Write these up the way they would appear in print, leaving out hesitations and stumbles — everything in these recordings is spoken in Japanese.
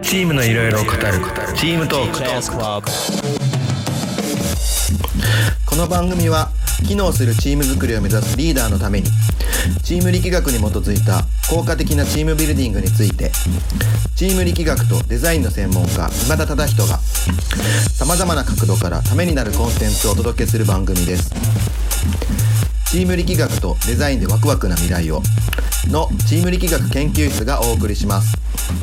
チームのいろいろを語るチームトーク。 この番組は機能するチーム作りを目指すリーダーのためにチーム力学に基づいた効果的なチームビルディングについてチーム力学とデザインの専門家今田忠人がさまざまな角度からためになるコンテンツをお届けする番組です。チーム力学とデザインでワクワクな未来をのチーム力学研究室がお送りします。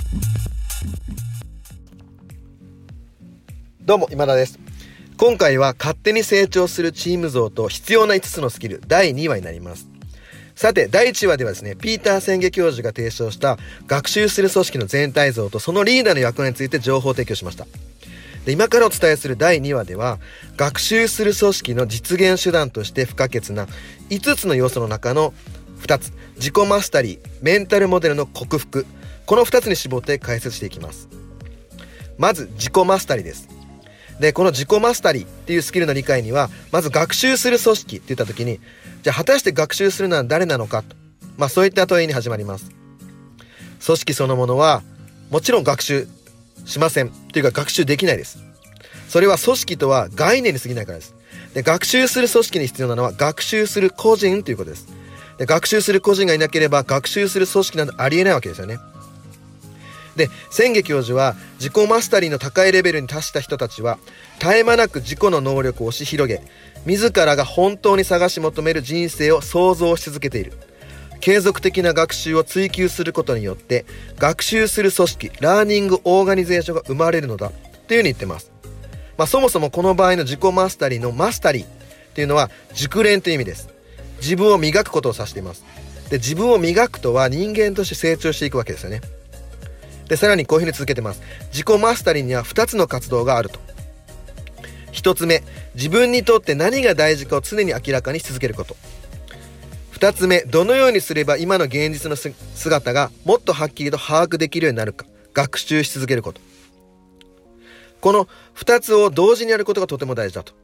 どうも今田です。今回は勝手に成長するチーム像と必要な5つのスキル第2話になります。さて第1話ではですね、ピーター・センゲ教授が提唱した学習する組織の全体像とそのリーダーの役割について情報を提供しました。で、今からお伝えする第2話では学習する組織の実現手段として不可欠な5つの要素の中の2つ、自己マスタリー、メンタルモデルの克服、この2つに絞って解説していきます。まず自己マスタリーです。で、この自己マスタリーっていうスキルの理解にはまず学習する組織って言った時に、じゃあ果たして学習するのは誰なのかと、そういった問いに始まります。組織そのものはもちろん学習しませんというか学習できないです。それは組織とは概念に過ぎないからです。で、学習する組織に必要なのは学習する個人ということです。で、学習する個人がいなければ学習する組織などありえないわけですよね。で、千家教授は自己マスタリーの高いレベルに達した人たちは絶え間なく自己の能力を押し広げ、自らが本当に探し求める人生を創造し続けている。継続的な学習を追求することによって学習する組織、ラーニングオーガニゼーションが生まれるのだというふうに言ってます。そもそもこの場合の自己マスタリーのマスタリーっていうのは熟練という意味です。自分を磨くことを指しています。で、自分を磨くとは人間として成長していくわけですよね。で、さらにこういうふうに続けてます。自己マスタリーには2つの活動があると。1つ目、自分にとって何が大事かを常に明らかにし続けること。2つ目、どのようにすれば今の現実の姿がもっとはっきりと把握できるようになるか、学習し続けること。この2つを同時にやることがとても大事だと。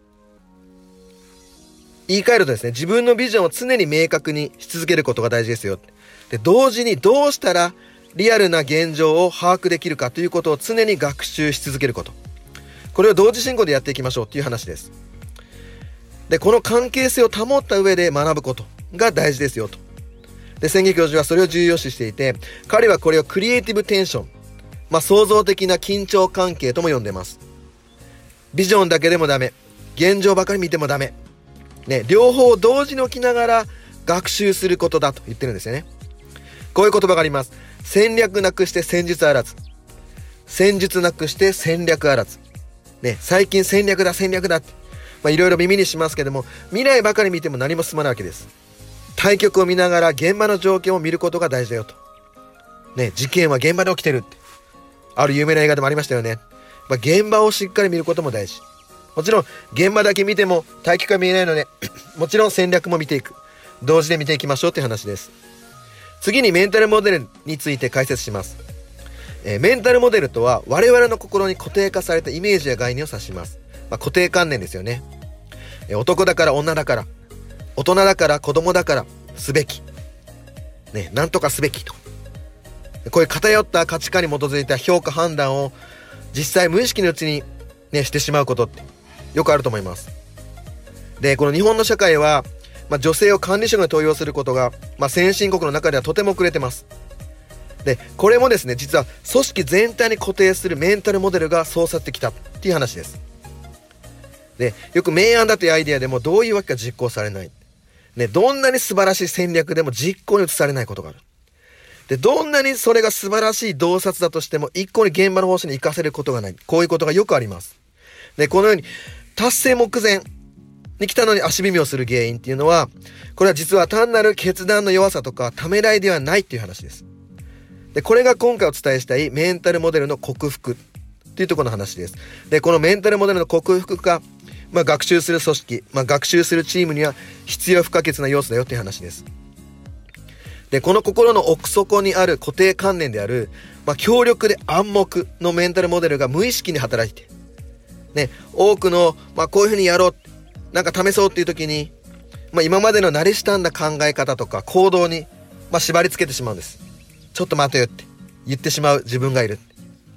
言い換えるとですね、自分のビジョンを常に明確にし続けることが大事ですよ。で、同時にどうしたらリアルな現状を把握できるかということを常に学習し続けること。これを同時進行でやっていきましょうという話です。で、この関係性を保った上で学ぶことが大事ですよと。で、千家教授はそれを重要視していて、彼はこれをクリエイティブテンション、創造的な緊張関係とも呼んでます。ビジョンだけでもダメ、現状ばかり見てもダメ、両方同時に起きながら学習することだと言ってるんですよね。こういう言葉があります。戦略なくして戦術あらず、戦術なくして戦略あらず、最近戦略だっていろいろ耳にしますけども、未来ばかり見ても何も進まないわけです。対局を見ながら現場の状況を見ることが大事だよと。事件は現場で起きてるってある有名な映画でもありましたよね。現場をしっかり見ることも大事。もちろん現場だけ見ても対局が見えないのでもちろん戦略も見ていく、同時で見ていきましょうという話です。次にメンタルモデルについて解説します。メンタルモデルとは我々の心に固定化されたイメージや概念を指します。固定観念ですよね。男だから女だから、大人だから子供だからすべき、なんとかすべきと、こういう偏った価値観に基づいた評価判断を実際無意識のうちに、してしまうことってよくあると思います。で、この日本の社会は女性を管理職に登用することが、先進国の中ではとても遅れてます。で、これもですね、実は組織全体に固定するメンタルモデルがそうさってきたっていう話です。で、よく明暗だというアイデアでもどういうわけか実行されない。どんなに素晴らしい戦略でも実行に移されないことがある。で、どんなにそれが素晴らしい洞察だとしても一向に現場の方針に活かせることがない。こういうことがよくあります。で、このように達成目前に来たのに足踏みをする原因っていうのは、これは実は単なる決断の弱さとかためらいではないっていう話です。で、これが今回お伝えしたいメンタルモデルの克服というところの話です。で、このメンタルモデルの克服が、学習する組織、学習するチームには必要不可欠な要素だよという話です。で、この心の奥底にある固定観念である、強力で暗黙のメンタルモデルが無意識に働いて、多くの、こういうふうにやろう、なんか試そうっていう時に、今までの慣れ親んだ考え方とか行動に、縛り付けてしまうんです。ちょっと待てよって言ってしまう自分がいる。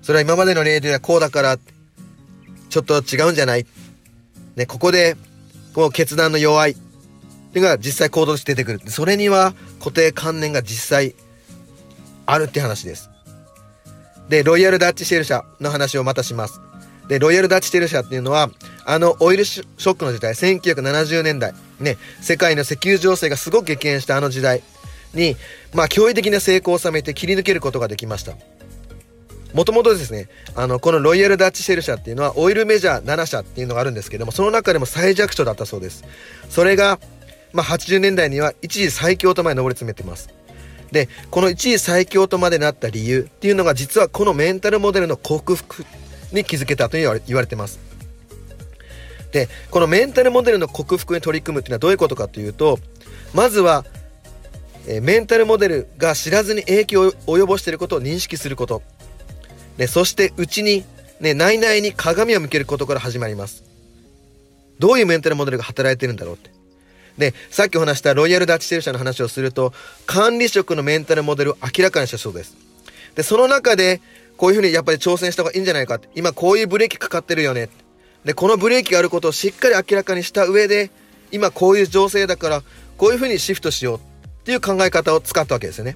それは今までの例ではこうだからちょっと違うんじゃない、ね、ここでこう決断の弱いっていうのが実際行動として出てくる。それには固定観念が実際あるって話です。で、ロイヤルダッチシェル社の話をまたします。で、ロイヤルダッチシェル社っていうのはオイルショックの時代、1970年代ね、世界の石油情勢がすごく激変した時代に驚異的な成功を収めて切り抜けることができました。もともとですね、このロイヤルダッチシェル社っていうのはオイルメジャー7社っていうのがあるんですけども、その中でも最弱小だったそうです。それが80年代には一時最強とまで上り詰めてます。で、この一時最強とまでなった理由っていうのが実はこのメンタルモデルの克服に気づけたと言われてます。で、このメンタルモデルの克服に取り組むっていうのはどういうことかというと、まずはメンタルモデルが知らずに影響を及ぼしていることを認識すること、そして内に、内々に鏡を向けることから始まります。どういうメンタルモデルが働いているんだろうって。で、さっきお話したロイヤルダッチシェル社の話をすると、管理職のメンタルモデルを明らかにしたそうです。で、その中でこういうふうにやっぱり挑戦した方がいいんじゃないかって、今こういうブレーキかかってるよね。で、このブレーキがあることをしっかり明らかにした上で、今こういう情勢だからこういうふうにシフトしようっていう考え方を使ったわけですよね。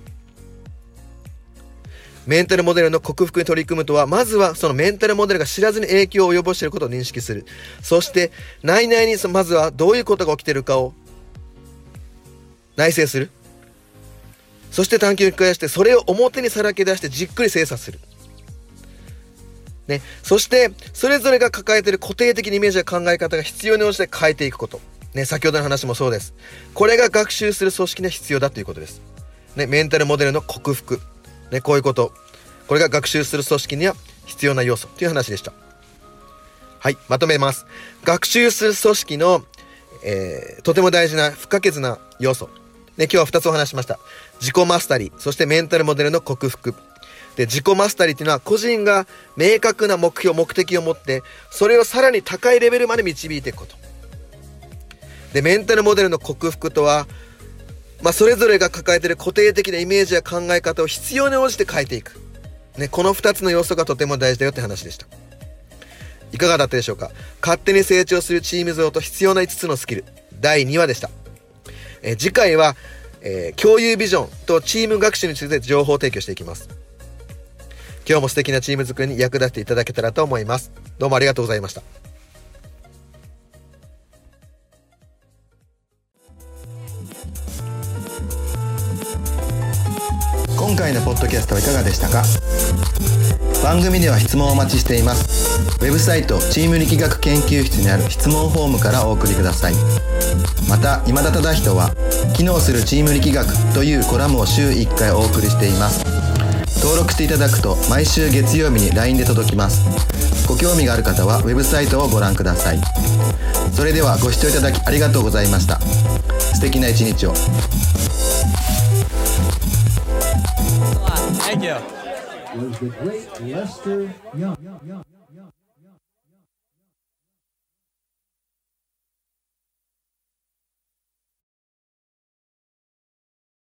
メンタルモデルの克服に取り組むとは、まずはそのメンタルモデルが知らずに影響を及ぼしていることを認識する。そして内々にまずはどういうことが起きているかを内省する。そして探求を繰り返して、それを表にさらけ出してじっくり精査する。ね、そしてそれぞれが抱えている固定的なイメージや考え方が必要に応じて変えていくこと。ね、先ほどの話もそうです。これが学習する組織には必要だということです。ね、メンタルモデルの克服。ね、こういうこと。これが学習する組織には必要な要素という話でした。はい、まとめます。学習する組織の、とても大事な不可欠な要素。ね、今日は2つお話しました。自己マスタリー、そしてメンタルモデルの克服。で、自己マスタリーっていうのは個人が明確な目標、目的を持って、それをさらに高いレベルまで導いていくこと。で、メンタルモデルの克服とは、それぞれが抱えている固定的なイメージや考え方を必要に応じて変えていく。ね、この2つの要素がとても大事だよって話でした。いかがだったでしょうか。勝手に成長するチーム像と必要な5つのスキル、第2話でした。次回は、共有ビジョンとチーム学習について情報提供していきます。今日も素敵なチーム作りに役立てていただけたらと思います。どうもありがとうございました。 今回のポッドキャストはいかがでしたか。番組では質問をお待ちしています。ウェブサイトチーム力学研究室にある質問フォームからお送りください。また、今田忠人は機能するチーム力学というコラムを週1回お送りしています。登録していただくと毎週月曜日に LINE で届きます。ご興味がある方はウェブサイトをご覧ください。それではご視聴いただきありがとうございました。素敵な一日を。 Thank you. Was the great Lester Young.